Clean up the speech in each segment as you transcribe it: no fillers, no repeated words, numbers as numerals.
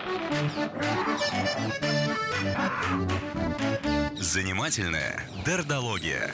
Занимательная дердология.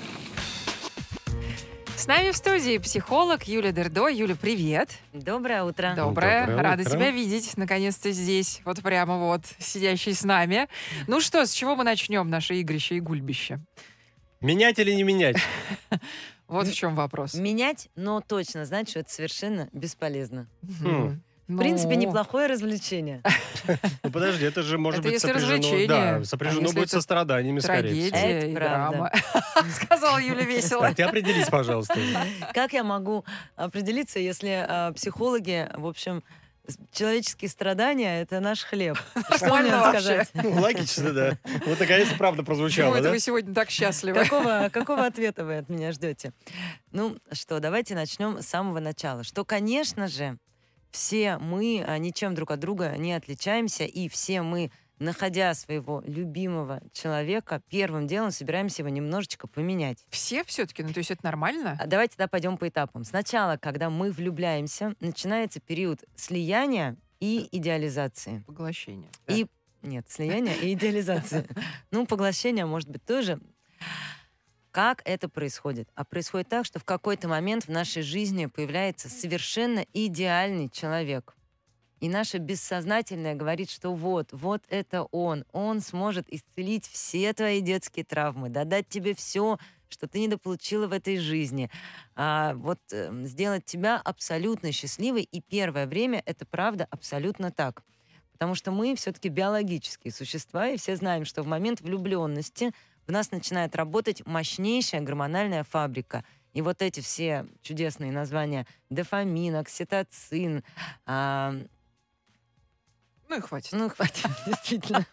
С нами в студии психолог Юля Дердо. Юля, привет. Доброе утро. Доброе. Доброе Рада утро. тебя видеть, наконец-то здесь, вот прямо вот, сидящий с нами. Ну что, с чего мы начнем наше игрище и гульбище? Менять или не менять? Вот в чем вопрос. Менять, но точно знать, что это совершенно бесполезно. Мгм. В принципе, Ну, неплохое развлечение. Ну подожди, это же может Это быть если сопряжено, развлечение. да, А сопряжено если будет это со страданиями, скорее всего. трагедия Это и правда. драма. Сказала Юля весело. Так, ты определись, пожалуйста. Как я могу определиться, если психологи, в общем, человеческие страдания — это наш хлеб? Что мне Нормально вообще. сказать? Ну, логично, да. Вот наконец-то правда Почему прозвучало, это да? вы сегодня так счастливы? Какого ответа вы от меня ждете? Ну что, давайте начнем с самого начала. Что, конечно же, все мы ничем друг от друга не отличаемся, и все мы, находя своего любимого человека, первым делом собираемся его немножечко поменять. Все все-таки? Ну, то есть это нормально? Давайте тогда пойдем по этапам. Сначала, когда мы влюбляемся, начинается период слияния и идеализации. Поглощение. И нет, слияния и идеализации. Ну, поглощение, может быть, тоже. Как это происходит? А происходит так, что в какой-то момент в нашей жизни появляется совершенно идеальный человек. И наше бессознательное говорит, что вот это он сможет исцелить все твои детские травмы, дать тебе все, что ты недополучила в этой жизни, сделать тебя абсолютно счастливой. И первое время это правда абсолютно так. Потому что мы все-таки биологические существа, и все знаем, что в момент влюбленности в нас начинает работать мощнейшая гормональная фабрика. И вот эти все чудесные названия: дофамин, окситоцин, Ну и хватит. ну, хватит, действительно.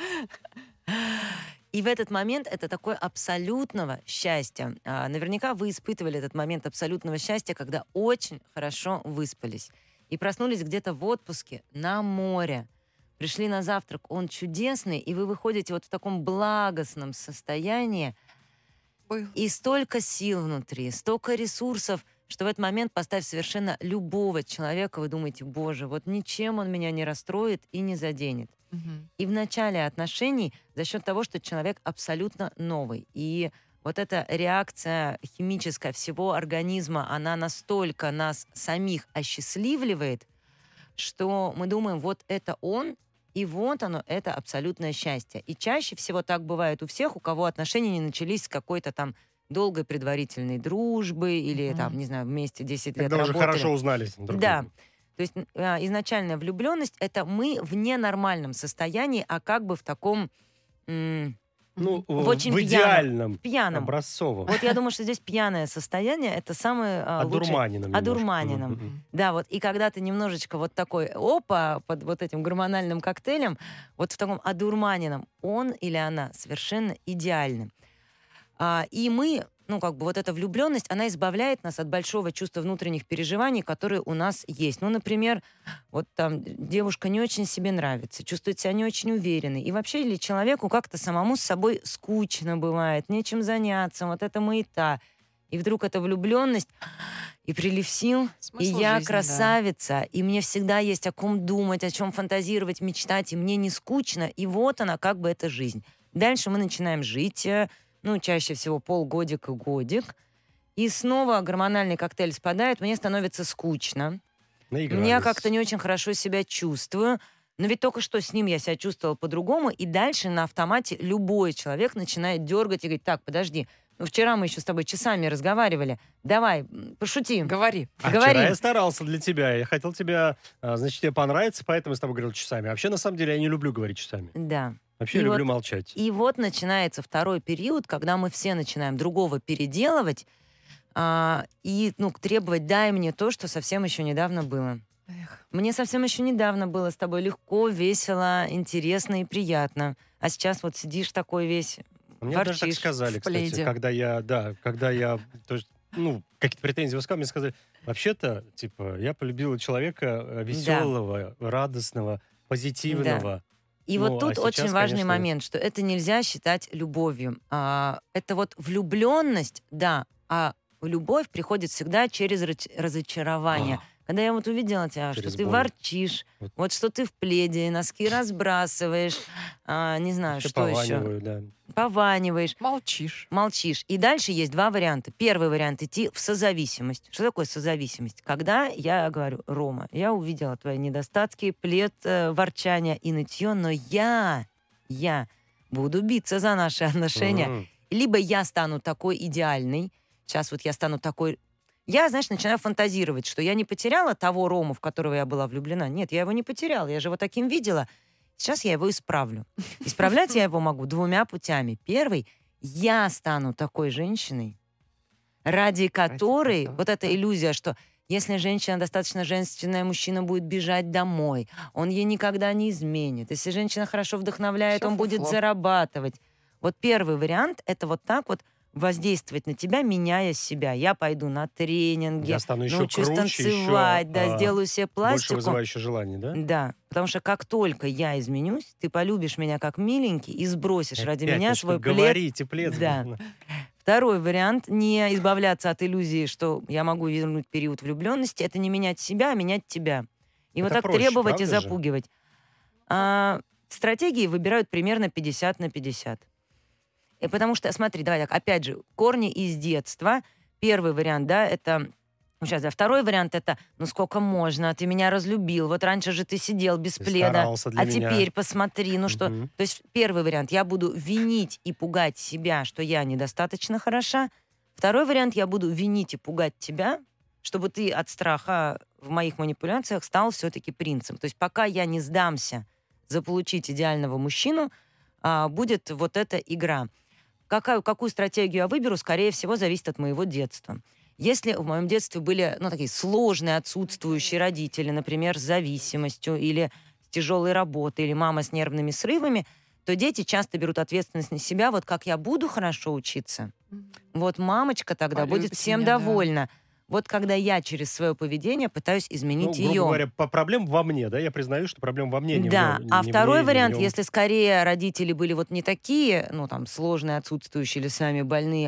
И в этот момент это такое абсолютного счастья. Наверняка вы испытывали этот момент абсолютного счастья, когда очень хорошо выспались. И проснулись где-то в отпуске на море. Пришли на завтрак, он чудесный, и вы выходите вот в таком благостном состоянии, Был. и столько сил внутри, столько ресурсов, что в этот момент, поставь совершенно любого человека, вы думаете: боже, вот ничем он меня не расстроит и не заденет. Мгм. И в начале отношений за счет того, что человек абсолютно новый, и вот эта реакция химическая всего организма, она настолько нас самих осчастливливает, что мы думаем: вот это он, и вот оно, это абсолютное счастье. И чаще всего так бывает у всех, у кого отношения не начались с какой-то там долгой предварительной дружбы или Мгм. там, не знаю, вместе 10 лет Когда уже работали. хорошо узнали друг Да. друга. То есть изначальная влюбленность — это мы в ненормальном состоянии, а как бы в таком Ну, в очень в идеальном, пьяном. образцовом. Вот я думаю, что здесь пьяное состояние — это самое лучшее. Одурманенном немножко. Одурманенном. Мгм. Да, вот. И когда ты немножечко вот такой, опа, под вот этим гормональным коктейлем, вот в таком одурманенном, он или она совершенно идеальны. И мы, вот эта влюбленность, она избавляет нас от большого чувства внутренних переживаний, которые у нас есть. Ну, например, вот там девушка не очень себе нравится, чувствует себя не очень уверенной. И вообще или человеку как-то самому с собой скучно бывает, нечем заняться, вот это маята. И вдруг эта влюбленность, и прилив сил, Смысл и я жизни, да. красавица, и мне всегда есть о ком думать, о чем фантазировать, мечтать, и мне не скучно, и вот она, как бы эта жизнь. Дальше мы начинаем жить, чаще всего полгодик-годик, и снова гормональный коктейль спадает, мне становится скучно, Наигрались. я как-то не очень хорошо себя чувствую, но ведь только что с ним я себя чувствовала по-другому, и дальше на автомате любой человек начинает дергать и говорить: так, подожди, вчера мы еще с тобой часами разговаривали, давай, пошути. Говори. Говори. Вчера я старался для тебя. Я хотел тебя, значит, тебе понравится, поэтому я с тобой говорил часами. Вообще, на самом деле, я не люблю говорить часами. Да. Вообще, И я люблю вот- молчать. И вот начинается второй период, когда мы все начинаем другого переделывать и требовать: дай мне то, что совсем еще недавно было. Эх. Мне совсем еще недавно было с тобой легко, весело, интересно и приятно. А сейчас вот сидишь такой весь, Мне даже так ворчишь. сказали, в кстати, пледе. когда я, то есть, какие-то претензии высказал, мне сказали: вообще-то, типа, я полюбила человека веселого, радостного, позитивного. И Ну, вот тут а очень сейчас, важный конечно, момент, что это нельзя считать любовью. Это вот влюбленность, да, а любовь приходит всегда через разочарование. Когда я вот увидела тебя, Через что ты боль. ворчишь, Вот. вот что ты в пледе, носки разбрасываешь, не знаю, Вообще что еще, пованиваю, да. пованиваешь, Молчишь. молчишь. И дальше есть два варианта. Первый вариант — идти в созависимость. Что такое созависимость? Когда я говорю: Рома, я увидела твои недостатки, плед, ворчание и нытье, но я буду биться за наши отношения. М. Либо я стану такой идеальной, сейчас вот я стану такой... Я, знаешь, начинаю фантазировать, что я не потеряла того Рому, в которого я была влюблена. Нет, я его не потеряла, я же его таким видела. Сейчас я его исправлю. Исправлять я его могу двумя путями. Первый — я стану такой женщиной, ради которой которой, вот эта да. иллюзия, что если женщина достаточно женственная, мужчина будет бежать домой, он ей никогда не изменит. Если женщина хорошо вдохновляет, Всё он будет фуфло. зарабатывать. Вот первый вариант — это вот так вот воздействовать на тебя, меняя себя. Я пойду на тренинги, Я стану еще научусь круче, танцевать, да, еще сделаю себе больше пластику. вызывающее желание, да? Да, потому что как только я изменюсь, ты полюбишь меня как миленький и сбросишь ради Опять меня начну свой плед. говорить, и плед. Да. Второй вариант — не избавляться от иллюзии, что я могу вернуть период влюбленности, это не менять себя, а менять тебя. И вот Это так проще, требовать и правда же? запугивать. Стратегии выбирают примерно 50 на 50. И потому что, смотри, давай так, опять же, корни из детства. Первый вариант, да, это... Сейчас, да. Второй вариант — это: ну сколько можно, ты меня разлюбил, вот раньше же ты сидел без Ты пледа, старался для а меня. теперь посмотри, ну что... Мгм. То есть первый вариант — я буду винить и пугать себя, что я недостаточно хороша. Второй вариант — я буду винить и пугать тебя, чтобы ты от страха в моих манипуляциях стал все-таки принцем. То есть пока я не сдамся заполучить идеального мужчину, будет вот эта игра. Какую стратегию я выберу, скорее всего, зависит от моего детства. Если в моем детстве были, ну, такие сложные отсутствующие родители, например, с зависимостью или с тяжелой работой, или мама с нервными срывами, то дети часто берут ответственность на себя. Вот как я буду хорошо учиться, вот мамочка тогда будет Полюбит всем меня, да. довольна. Вот когда я через свое поведение пытаюсь Ну, изменить грубо ее. говоря, проблема во мне, да? Я признаю, что проблема во мне, не в Да, нем. а не второй мне, не в вариант, нем. если скорее родители были вот не такие, ну, там, сложные, отсутствующие или сами больные,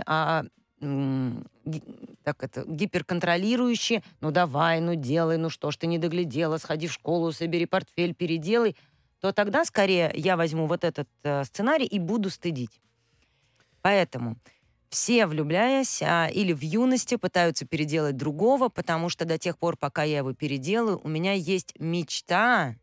гиперконтролирующие, ну, давай, ну, делай, ну, что ж ты не доглядела, сходи в школу, собери портфель, переделай, то тогда скорее я возьму вот этот сценарий и буду стыдить. Поэтому все, влюбляясь или в юности, пытаются переделать другого, потому что до тех пор, пока я его переделаю, у меня есть мечта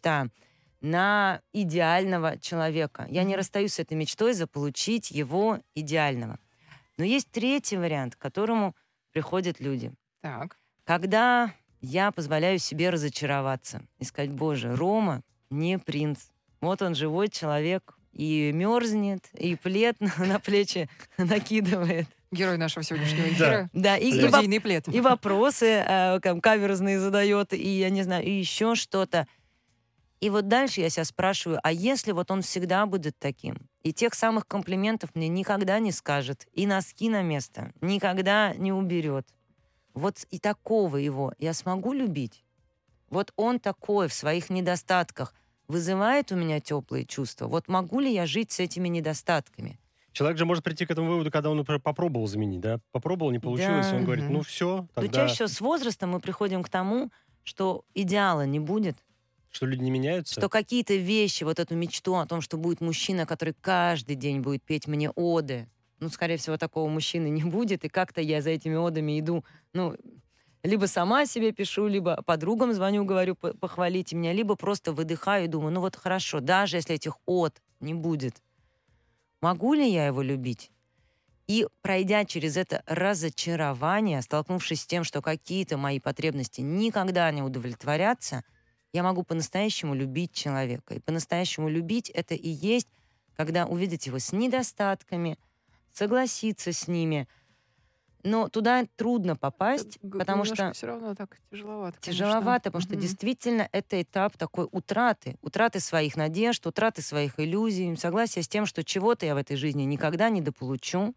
на идеального человека. Я не расстаюсь с этой мечтой заполучить его идеального. Но есть третий вариант, к которому приходят люди. Так. Когда я позволяю себе разочароваться и сказать: боже, Рома не принц. Вот он живой человек, и мерзнет, и плед на плечи накидывает. Герой нашего сегодняшнего эфира. Да, Студийный плед. и вопросы каверзные задает, и я не знаю, и еще что-то. И вот дальше я себя спрашиваю: а если вот он всегда будет таким, и тех самых комплиментов мне никогда не скажет, и носки на место никогда не уберет, вот и такого его я смогу любить? Вот он такой в своих недостатках вызывает у меня теплые чувства. Вот могу ли я жить с этими недостатками? Человек же может прийти к этому выводу, когда он, например, попробовал заменить, да? Попробовал, не получилось, Да. и он говорит: Мгм. ну все, Но тогда... чаще всего с возрастом мы приходим к тому, что идеала не будет, Что люди не меняются? что какие-то вещи, вот эту мечту о том, что будет мужчина, который каждый день будет петь мне оды, ну, скорее всего, такого мужчины не будет, и как-то я за этими одами иду, ну, либо сама себе пишу, либо подругам звоню, говорю: похвалите меня, либо просто выдыхаю и думаю: ну вот хорошо, даже если этих от не будет, могу ли я его любить? И пройдя через это разочарование, столкнувшись с тем, что какие-то мои потребности никогда не удовлетворятся, я могу по-настоящему любить человека. И по-настоящему любить — это и есть, когда увидеть его с недостатками, согласиться с ними. Но туда трудно попасть, потому что все равно так тяжеловато. тяжеловато, потому что Мгм. действительно это этап такой утраты своих надежд, утраты своих иллюзий, согласия с тем, что чего-то я в этой жизни никогда не дополучу.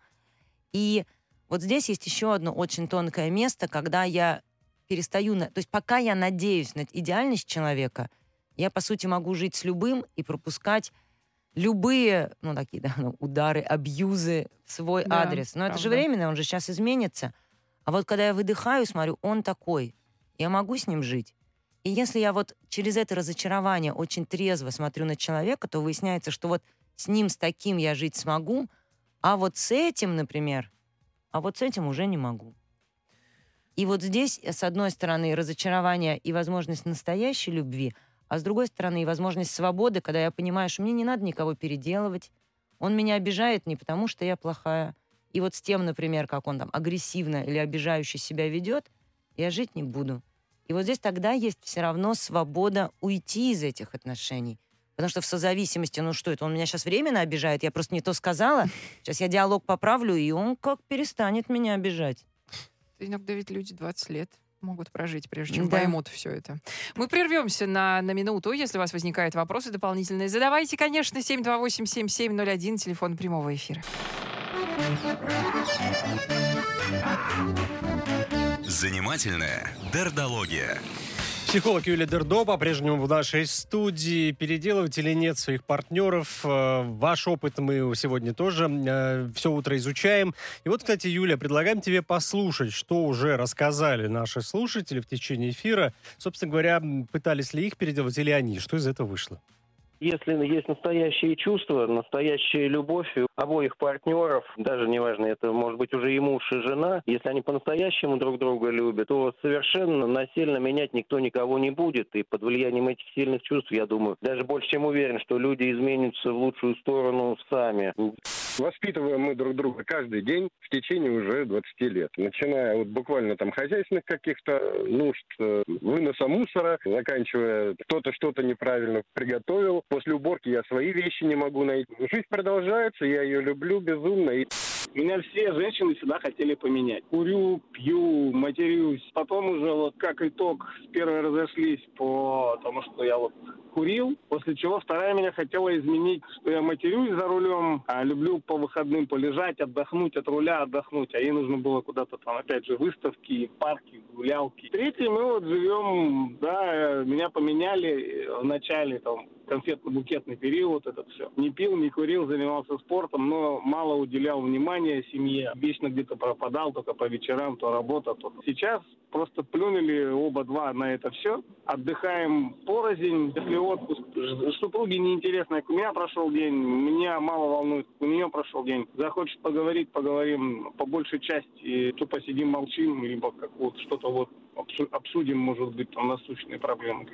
И вот здесь есть еще одно очень тонкое место, когда я перестаю... То есть пока я надеюсь на идеальность человека, я, по сути, могу жить с любым и пропускать любые, ну, такие, да, ну, удары, абьюзы в свой Да, адрес. Но это же правда. временно, он же сейчас изменится. А вот когда я выдыхаю, смотрю, он такой. я могу с ним жить. И если я вот через это разочарование очень трезво смотрю на человека, то выясняется, что вот с ним, с таким я жить смогу, а вот с этим, например, уже не могу. И вот здесь, с одной стороны, разочарование и возможность настоящей любви, а с другой стороны, и возможность свободы, когда я понимаю, что мне не надо никого переделывать. Он меня обижает не потому, что я плохая. И вот с тем, например, как он там агрессивно или обижающе себя ведет, я жить не буду. И вот здесь тогда есть все равно свобода уйти из этих отношений. Потому что в созависимости, ну что это, он меня сейчас временно обижает, я просто не то сказала, сейчас я диалог поправлю, и он как перестанет меня обижать. Иногда ведь люди 20 лет могут прожить, прежде чем поймут все это. Мы прервемся на минуту. Если у вас возникают вопросы дополнительные, задавайте, конечно, 728-7701, телефон прямого эфира. Занимательная дердология. Психолог Юлия Дердо по-прежнему в нашей студии. Переделывать или нет своих партнеров. Ваш опыт мы сегодня тоже все утро изучаем. И вот, кстати, Юля, предлагаем тебе послушать, что уже рассказали наши слушатели в течение эфира. Собственно говоря, пытались ли их переделывать или они? Что из этого вышло? Если есть настоящие чувства, настоящая любовь у обоих партнеров, даже неважно, это может быть уже и муж, и жена, если они по-настоящему друг друга любят, то совершенно насильно менять никто никого не будет. И под влиянием этих сильных чувств, я думаю, даже больше чем уверен, что люди изменятся в лучшую сторону сами. Воспитываем мы друг друга каждый день в течение уже 20 лет. Начиная вот буквально там хозяйственных каких-то нужд, выноса мусора, заканчивая кто-то что-то неправильно приготовил. После уборки я свои вещи не могу найти. Жизнь продолжается, я ее люблю безумно. Меня все женщины всегда хотели поменять. Курю, пью, матерюсь. Потом уже вот как итог с первой разошлись, потому что я вот курил, после чего вторая меня хотела изменить, что я матерюсь за рулем, а люблю по выходным полежать, отдохнуть от руля, отдохнуть. А ей нужно было куда-то там, опять же, выставки, парки, гулялки. Третий, мы вот живем, да, меня поменяли в начале, там, конфетно-букетный период, это все. Не пил, не курил, занимался спортом, но мало уделял внимания семье. Вечно где-то пропадал, только по вечерам, то работа, то... Сейчас просто плюнули оба-два на это все. Отдыхаем порознь. Если отпуск супруге неинтересно, как у меня прошел день, меня мало волнует, у нее прошел день. Захочет поговорить, поговорим по большей части, то посидим, молчим, либо как вот что-то вот обсудим, может быть, там насущные проблемы.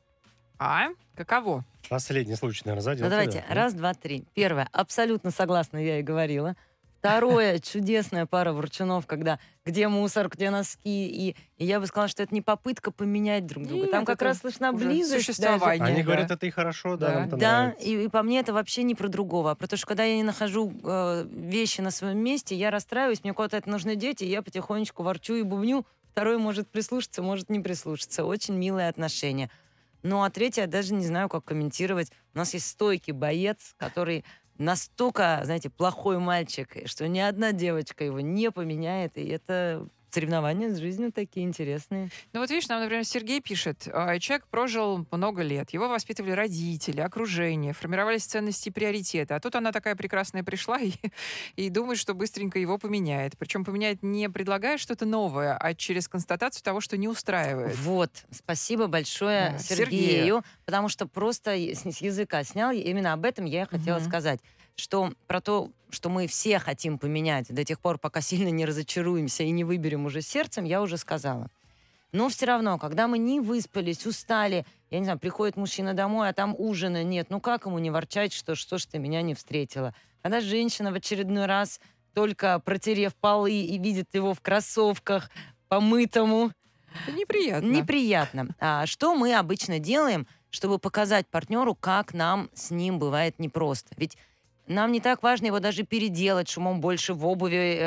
Каково? Последний случай, наверное, задел. Ну давайте, раз, два, три. Первое, абсолютно согласна, я и говорила. Второе, чудесная пара ворчунов, когда где мусор, где носки. И я бы сказала, что это не попытка поменять друг друга. Нет, там как раз слышна близость. Существование. Они да. говорят, это и хорошо, да, нам там Да, нравится. и по мне это вообще не про другого. А про то, что когда я не нахожу вещи на своем месте, я расстраиваюсь, мне куда-то это нужно деть, и я потихонечку ворчу и бубню. Второй может прислушаться, может не прислушаться. Очень милые отношения. Ну, а третье, я даже не знаю, как комментировать. У нас есть стойкий боец, который настолько, знаете, плохой мальчик, что ни одна девочка его не поменяет, и это соревнования с жизнью такие интересные. Ну вот видишь, нам, например, Сергей пишет, человек прожил много лет, его воспитывали родители, окружение, формировались ценности и приоритеты, а тут она такая прекрасная пришла и думает, что быстренько его поменяет. Причем поменяет не предлагая что-то новое, а через констатацию того, что не устраивает. Вот, спасибо большое Да, Сергею, потому что просто с языка снял, и именно об этом я и хотела сказать, что про то, что мы все хотим поменять до тех пор, пока сильно не разочаруемся и не выберем уже сердцем, я уже сказала. Но все равно, когда мы не выспались, устали, я не знаю, приходит мужчина домой, а там ужина нет, ну как ему не ворчать, что ж ты меня не встретила? Когда женщина в очередной раз, только протерев полы и видит его в кроссовках, помытому, Это неприятно. неприятно. А что мы обычно делаем, чтобы показать партнеру, как нам с ним бывает непросто? Ведь нам не так важно его даже переделать, чтобы он больше в обуви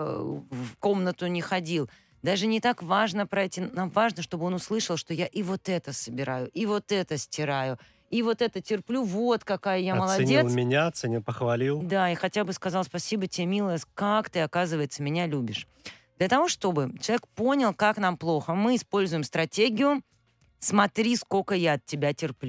в комнату не ходил. Даже не так важно пройти. Нам важно, чтобы он услышал, что я и вот это собираю, и вот это стираю, и вот это терплю. Вот какая я Оценил молодец. меня, оценил, похвалил. Да, и хотя бы сказал спасибо тебе, милая, как ты, оказывается, меня любишь. Для того, чтобы человек понял, как нам плохо, мы используем стратегию «смотри, сколько я от тебя терплю».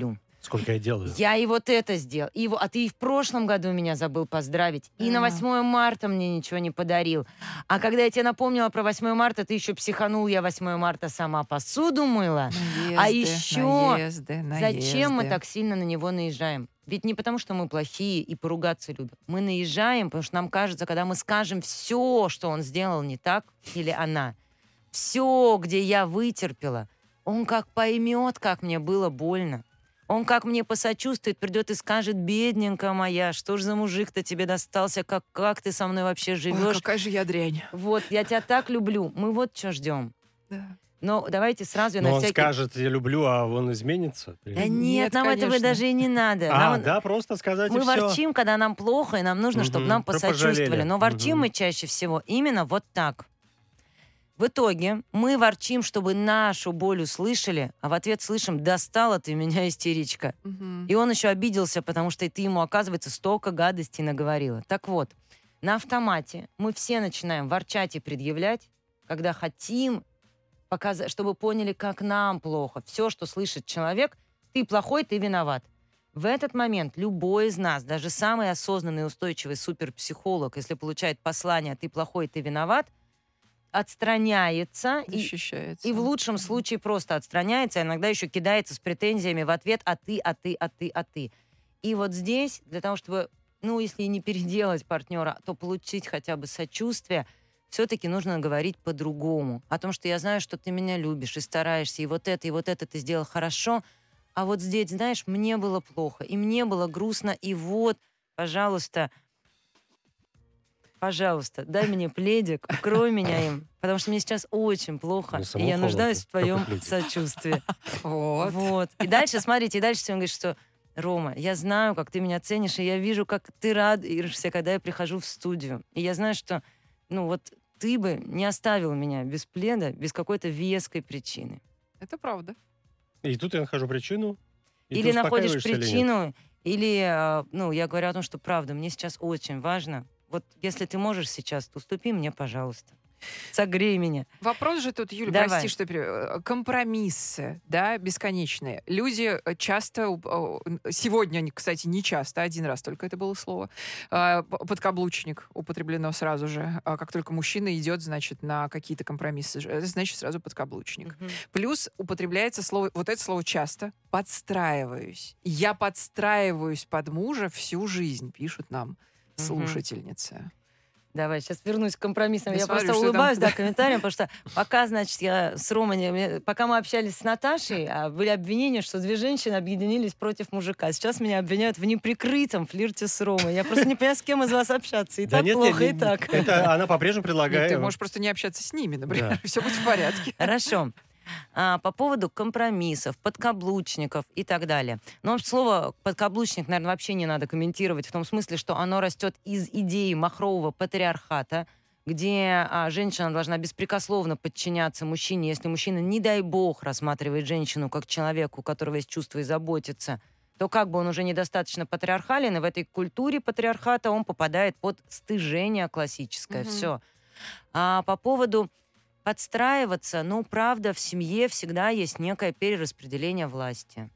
Сколько я делаю. Я и вот это сделал. А ты и в прошлом году меня забыл поздравить. И на 8 марта мне ничего не подарил. А когда я тебе напомнила про 8 марта, ты еще психанул, я 8 марта сама посуду мыла. А еще зачем мы так сильно на него наезжаем? Ведь не потому, что мы плохие и поругаться любим. Мы наезжаем, потому что нам кажется, когда мы скажем все, что он сделал не так, или она, все, где я вытерпела, он как поймет, как мне было больно. Он как мне посочувствует, придет и скажет: бедненькая моя, что ж за мужик-то тебе достался, как ты со мной вообще живешь? Ой, какая же я дрянь. Вот, я тебя так люблю. Мы вот что ждем. Да. Но давайте сразу Но он скажет: я люблю, а он изменится? Да нет, нам конечно. этого даже и не надо. Да, просто сказать Мы и все. ворчим, когда нам плохо, и нам нужно, чтобы нам посочувствовали. Но ворчим мы чаще всего именно вот так. В итоге мы ворчим, чтобы нашу боль услышали, а в ответ слышим: достала ты меня, истеричка. И он еще обиделся, потому что ты ему, оказывается, столько гадостей наговорила. Так вот, на автомате мы все начинаем ворчать и предъявлять, когда хотим показать, чтобы поняли, как нам плохо. Все, что слышит человек: ты плохой, ты виноват. В этот момент любой из нас, даже самый осознанный, устойчивый суперпсихолог, если получает послание «ты плохой, ты виноват», отстраняется и в лучшем случае просто отстраняется, а иногда еще кидается с претензиями в ответ: а ты, а ты, а ты, а ты. И вот здесь, для того, чтобы, если не переделать партнера, то получить хотя бы сочувствие, все-таки нужно говорить по-другому. О том, что я знаю, что ты меня любишь и стараешься, и вот это ты сделал хорошо, а вот здесь, знаешь, мне было плохо, и мне было грустно, и вот, пожалуйста, дай мне пледик, укрой меня им, потому что мне сейчас очень плохо, и я нуждаюсь в твоем сочувствии. Вот. И дальше, смотрите, он говорит, что: Рома, я знаю, как ты меня ценишь, и я вижу, как ты радуешься, когда я прихожу в студию. И я знаю, что, ты бы не оставил меня без пледа, без какой-то веской причины. Это правда. И тут я нахожу причину. Или находишь причину, или я говорю о том, что правда, мне сейчас очень важно. Вот если ты можешь сейчас, то уступи мне, пожалуйста. Согрей меня. Вопрос же тут, Юля, Давай. прости, что компромиссы, да, бесконечные. Люди часто, сегодня, кстати, не часто, один раз только это было слово, подкаблучник употреблено сразу же. Как только мужчина идет, значит, на какие-то компромиссы, это значит сразу подкаблучник. Плюс употребляется слово, вот это слово часто, подстраиваюсь. Я подстраиваюсь под мужа всю жизнь, пишут нам слушательницы. Давай, сейчас вернусь к компромиссам. Я Я смотрю, просто что улыбаюсь, там. комментариям, потому что пока, значит, я с Ромой, пока мы общались с Наташей, были обвинения, что две женщины объединились против мужика. Сейчас меня обвиняют в неприкрытом флирте с Ромой. Я просто не понимаю, с кем из вас общаться. И так плохо, и так. Это она по-прежнему предлагает. Ты можешь просто не общаться с ними, например, все будет в порядке. Хорошо. По поводу компромиссов, подкаблучников и так далее. Но слово подкаблучник, наверное, вообще не надо комментировать в том смысле, что оно растет из идеи махрового патриархата, где женщина должна беспрекословно подчиняться мужчине. Если мужчина, не дай бог, рассматривает женщину как человека, у которого есть чувства и заботится, то как бы он уже недостаточно патриархален, и в этой культуре патриархата он попадает под стыжение классическое. Все. По поводу подстраиваться, правда, в семье всегда есть некое перераспределение власти.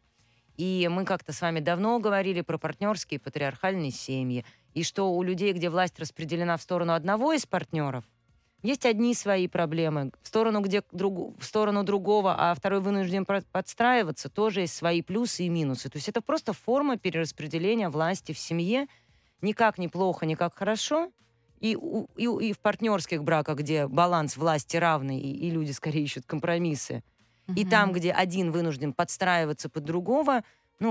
И мы как-то с вами давно говорили про партнерские патриархальные семьи, и что у людей, где власть распределена в сторону одного из партнеров, есть одни свои проблемы, в сторону другого, а второй вынужден подстраиваться, тоже есть свои плюсы и минусы. То есть это просто форма перераспределения власти в семье, никак не плохо, никак хорошо. И в партнерских браках, где баланс власти равный, и люди скорее ищут компромиссы, и там, где один вынужден подстраиваться под другого,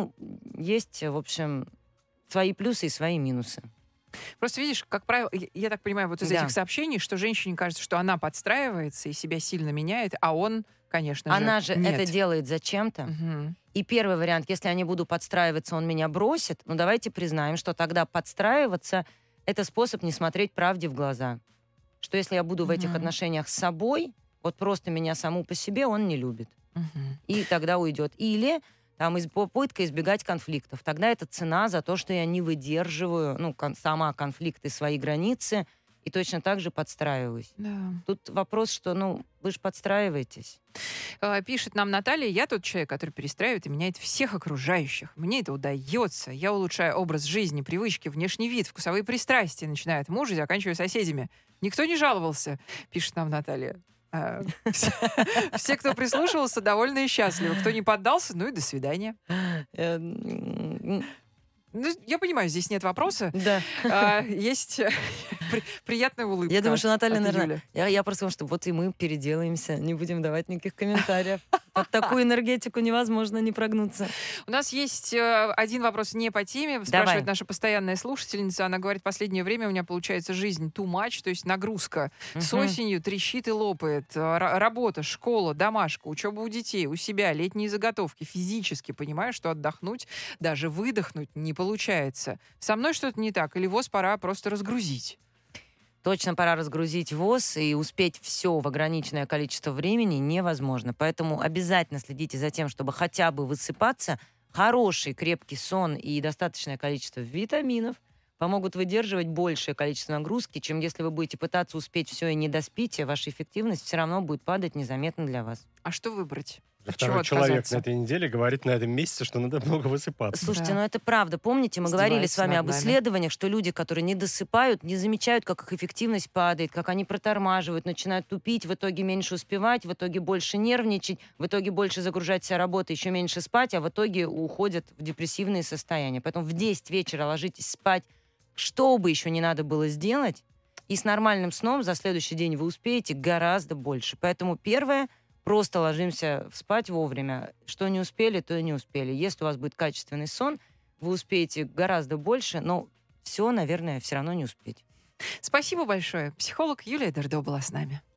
есть, в общем, свои плюсы и свои минусы. Просто видишь, как правило, я так понимаю, вот из этих сообщений, что женщине кажется, что она подстраивается и себя сильно меняет, а он, конечно же, она же нет. это делает зачем-то. И первый вариант, если я не буду подстраиваться, он меня бросит, давайте признаем, что тогда подстраиваться — это способ не смотреть правде в глаза. Что если я буду в этих отношениях с собой, вот просто меня саму по себе он не любит. И тогда уйдет. Или попытка избегать конфликтов. Тогда это цена за то, что я не выдерживаю сама конфликты, свои границы, и точно так же подстраиваюсь. Да. Тут вопрос, что, вы же подстраиваетесь. Пишет нам Наталья: я тот человек, который перестраивает и меняет всех окружающих. Мне это удается. Я улучшаю образ жизни, привычки, внешний вид, вкусовые пристрастия, начиная от мужа и заканчивая соседями. Никто не жаловался, пишет нам Наталья. Все, кто прислушивался, довольны и счастливы. Кто не поддался, и до свидания. Я понимаю, здесь нет вопроса. Да. Есть приятная улыбка. Я думаю, что Наталья, от наверное... Юли. Я просто думаю, что и мы переделаемся, не будем давать никаких комментариев. Под такую энергетику невозможно не прогнуться. У нас есть один вопрос не по теме. Спрашивает наша постоянная слушательница. Она говорит: последнее время у меня получается жизнь too much, то есть нагрузка. С осенью трещит и лопает. Работа, школа, домашка, учеба у детей, у себя, летние заготовки. Физически понимаю, что отдохнуть, даже выдохнуть не получается. Со мной что-то не так? Или ВОЗ пора просто разгрузить? Точно пора разгрузить ВОЗ, и успеть все в ограниченное количество времени невозможно. Поэтому обязательно следите за тем, чтобы хотя бы высыпаться. Хороший, крепкий сон и достаточное количество витаминов помогут выдерживать большее количество нагрузки, чем если вы будете пытаться успеть все и не доспите, ваша эффективность все равно будет падать незаметно для вас. А что выбрать? От Второй чего человек отказаться? на этой неделе говорит на этом месяце, что надо много высыпаться. Слушайте, Да. это правда. Помните, мы говорили с вами Издевается об над нами. исследованиях, что люди, которые не досыпают, не замечают, как их эффективность падает, как они протормаживают, начинают тупить, в итоге меньше успевать, в итоге больше нервничать, в итоге больше загружать себя работой, еще меньше спать, а в итоге уходят в депрессивные состояния. Поэтому в 10 вечера ложитесь спать, что бы еще не надо было сделать, и с нормальным сном за следующий день вы успеете гораздо больше. Поэтому первое — просто ложимся спать вовремя. Что не успели, то и не успели. Если у вас будет качественный сон, вы успеете гораздо больше, но все, наверное, все равно не успеть. Спасибо большое. Психолог Юлия Дердо была с нами.